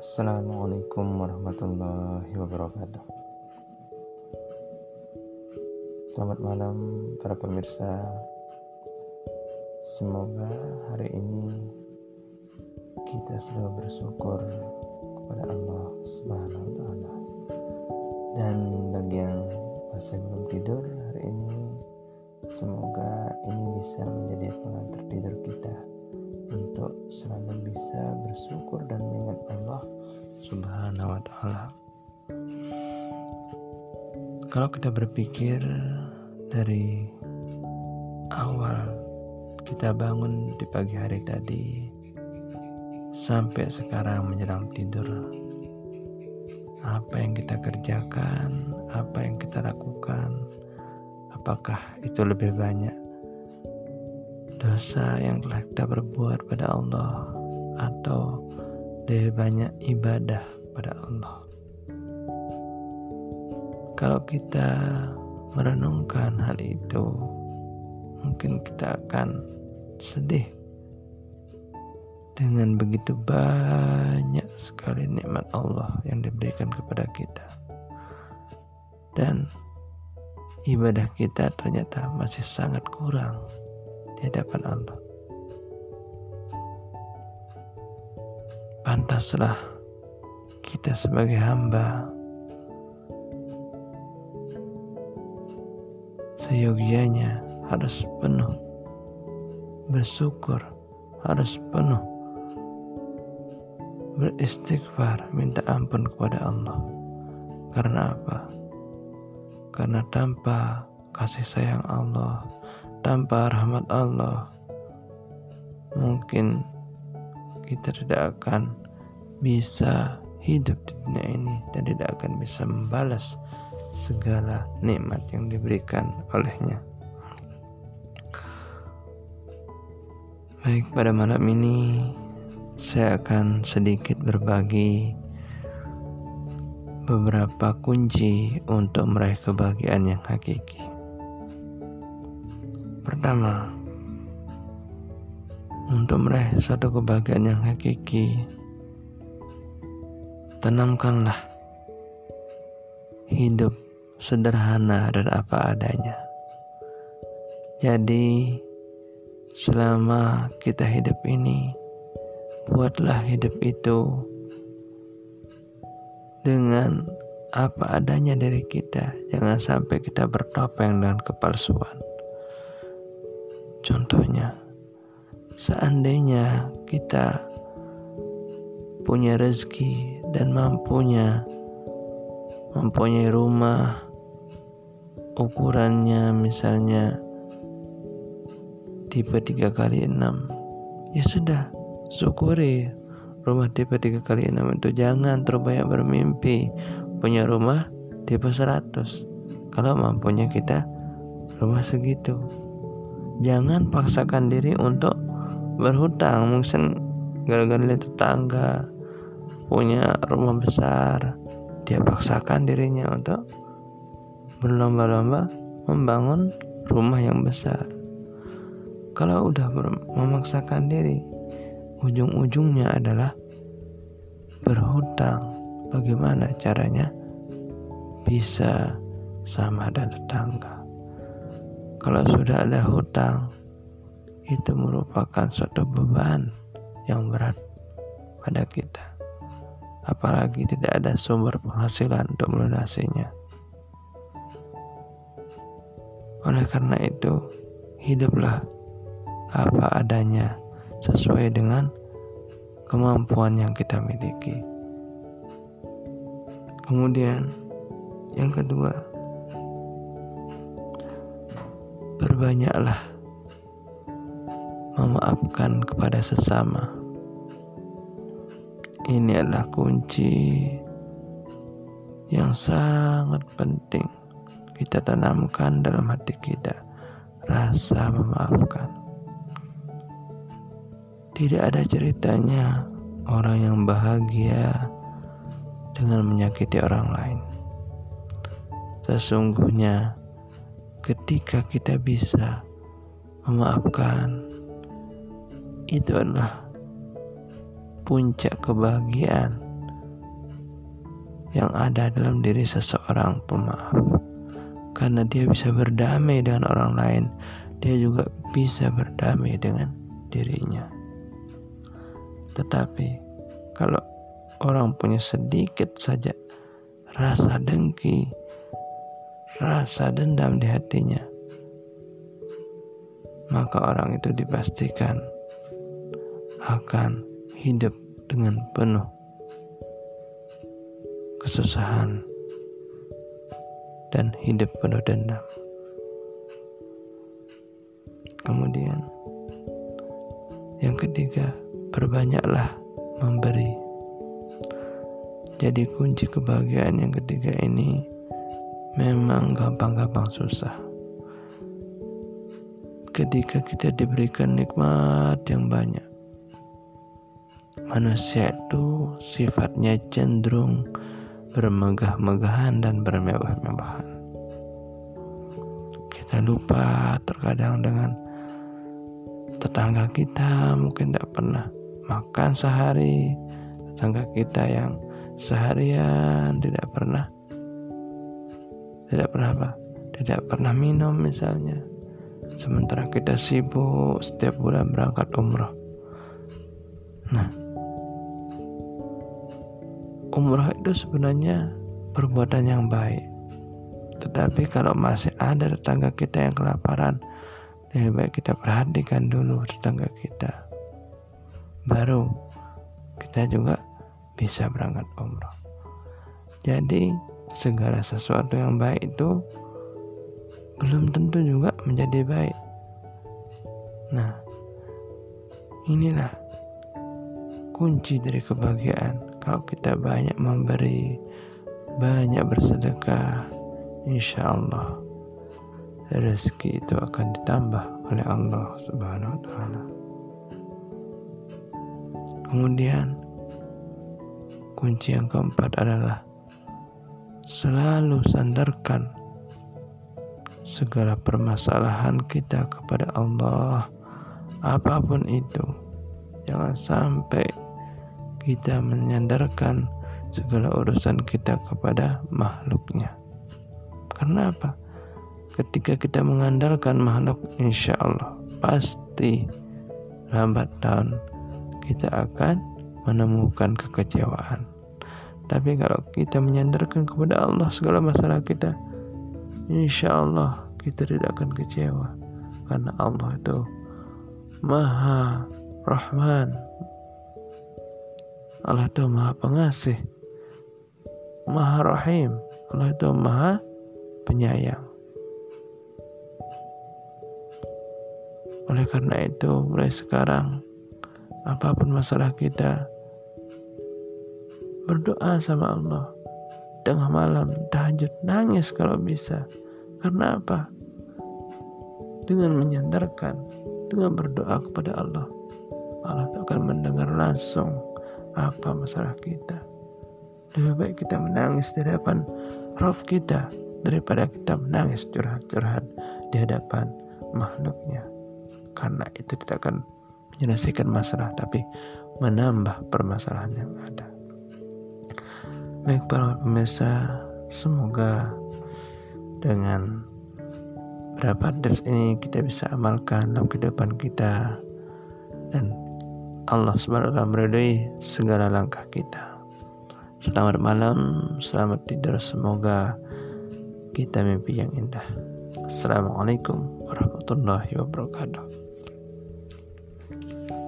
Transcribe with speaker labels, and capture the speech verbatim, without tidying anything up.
Speaker 1: Assalamualaikum warahmatullahi wabarakatuh. Selamat malam para pemirsa. Semoga hari ini kita selalu bersyukur kepada Allah Subhanahu wa taala. Dan bagi yang masih belum tidur hari ini, semoga ini bisa menjadi pengantar tidur kita untuk selalu bisa bersyukur dan mengingat Allah Subhanahu wa taala. Kalau kita berpikir dari awal kita bangun di pagi hari tadi sampai sekarang menjelang tidur, apa yang kita kerjakan, apa yang kita lakukan, apakah itu lebih banyak dosa yang telah kita berbuat pada Allah atau lebih banyak ibadah pada Allah? Kalau kita merenungkan hal itu, mungkin kita akan sedih dengan begitu banyak sekali nikmat Allah yang diberikan kepada kita, dan ibadah kita ternyata masih sangat kurang di hadapan Allah. Pantaslah kita sebagai hamba seyogianya harus penuh bersyukur, harus penuh beristighfar, minta ampun kepada Allah. Karena apa? Karena tanpa kasih sayang Allah, tanpa rahmat Allah, mungkin kita tidak akan bisa hidup di dunia ini dan tidak akan bisa membalas segala nikmat yang diberikan olehnya. Baik, pada malam ini saya akan sedikit berbagi beberapa kunci untuk meraih kebahagiaan yang hakiki. Pertama, untuk meraih suatu kebahagiaan yang hakiki, tanamkanlah hidup sederhana dan apa adanya. Jadi, selama kita hidup ini, buatlah hidup itu dengan apa adanya dari kita. Jangan sampai kita bertopeng dengan kepalsuan. Contohnya, seandainya kita punya rezeki dan mampunya mempunyai rumah ukurannya misalnya tipe tiga kali enam, ya sudah, syukuri rumah tipe tiga kali enam itu. Jangan terlalu banyak bermimpi punya rumah tipe seratus kalau mampunya kita rumah segitu. Jangan paksakan diri untuk berhutang. Mungkin gara-gara lihat tetangga punya rumah besar, dia paksakan dirinya untuk berlomba-lomba membangun rumah yang besar. Kalau udah memaksakan diri, ujung-ujungnya adalah berhutang. Bagaimana caranya bisa sama dengan tetangga? Kalau sudah ada hutang, itu merupakan suatu beban yang berat pada kita, apalagi tidak ada sumber penghasilan untuk melunasinya. Oleh karena itu, hiduplah apa adanya sesuai dengan kemampuan yang kita miliki. Kemudian yang kedua, perbanyaklah memaafkan kepada sesama. Ini adalah kunci yang sangat penting kita tanamkan dalam hati kita, rasa memaafkan. Tidak ada ceritanya orang yang bahagia dengan menyakiti orang lain. Sesungguhnya ketika kita bisa memaafkan, itu adalah puncak kebahagiaan yang ada dalam diri seseorang pemaaf. Karena dia bisa berdamai dengan orang lain, dia juga bisa berdamai dengan dirinya. Tetapi kalau orang punya sedikit saja rasa dengki, rasa dendam di hatinya, maka orang itu dipastikan akan hidup dengan penuh kesusahan dan hidup penuh dendam. Kemudian yang ketiga, perbanyaklah memberi. Jadi kunci kebahagiaan yang ketiga ini memang gampang-gampang susah. Ketika kita diberikan nikmat yang banyak, manusia itu sifatnya cenderung bermegah-megahan dan bermewah-mewahan. Kita lupa terkadang dengan tetangga kita mungkin tidak pernah makan sehari, tetangga kita yang seharian tidak pernah tidak pernah apa? Tidak pernah minum misalnya. Sementara kita sibuk setiap bulan berangkat umroh. Nah, umroh itu sebenarnya perbuatan yang baik. Tetapi kalau masih ada tetangga kita yang kelaparan, lebih baik kita perhatikan dulu tetangga kita. Baru kita juga bisa berangkat umroh. Jadi segala sesuatu yang baik itu belum tentu juga menjadi baik. Nah, inilah kunci dari kebahagiaan. Kalau kita banyak memberi, banyak bersedekah, insya Allah rezeki itu akan ditambah oleh Allah Subhanahu wa Ta'ala. Kemudian kunci yang keempat adalah selalu sandarkan segala permasalahan kita kepada Allah, apapun itu. Jangan sampai kita menyandarkan segala urusan kita kepada makhluknya. Karena apa? Ketika kita mengandalkan makhluk, insya Allah pasti lambat laun kita akan menemukan kekecewaan. Tapi kalau kita menyandarkan kepada Allah segala masalah kita, insya Allah kita tidak akan kecewa. Karena Allah itu Maha Rahman, Allah itu Maha Pengasih, Maha Rahim, Allah itu Maha Penyayang. Oleh karena itu, mulai sekarang apapun masalah kita, berdoa sama Allah. Tengah malam, tahajud, nangis kalau bisa. Karena apa? Dengan menyandarkan, dengan berdoa kepada Allah, Allah akan mendengar langsung apa masalah kita. Lebih baik kita menangis di hadapan Rabb kita daripada kita menangis curhat-curhat di hadapan makhluknya. Karena itu tidak akan menyelesaikan masalah, tapi menambah permasalahan yang ada. Baik para pemirsa, semoga dengan beberapa tips ini kita bisa amalkan dalam kehidupan kita, dan Allah subhanahu wa taala meridai segala langkah kita. Selamat malam, selamat tidur, semoga kita mimpi yang indah. Assalamualaikum warahmatullahi wabarakatuh.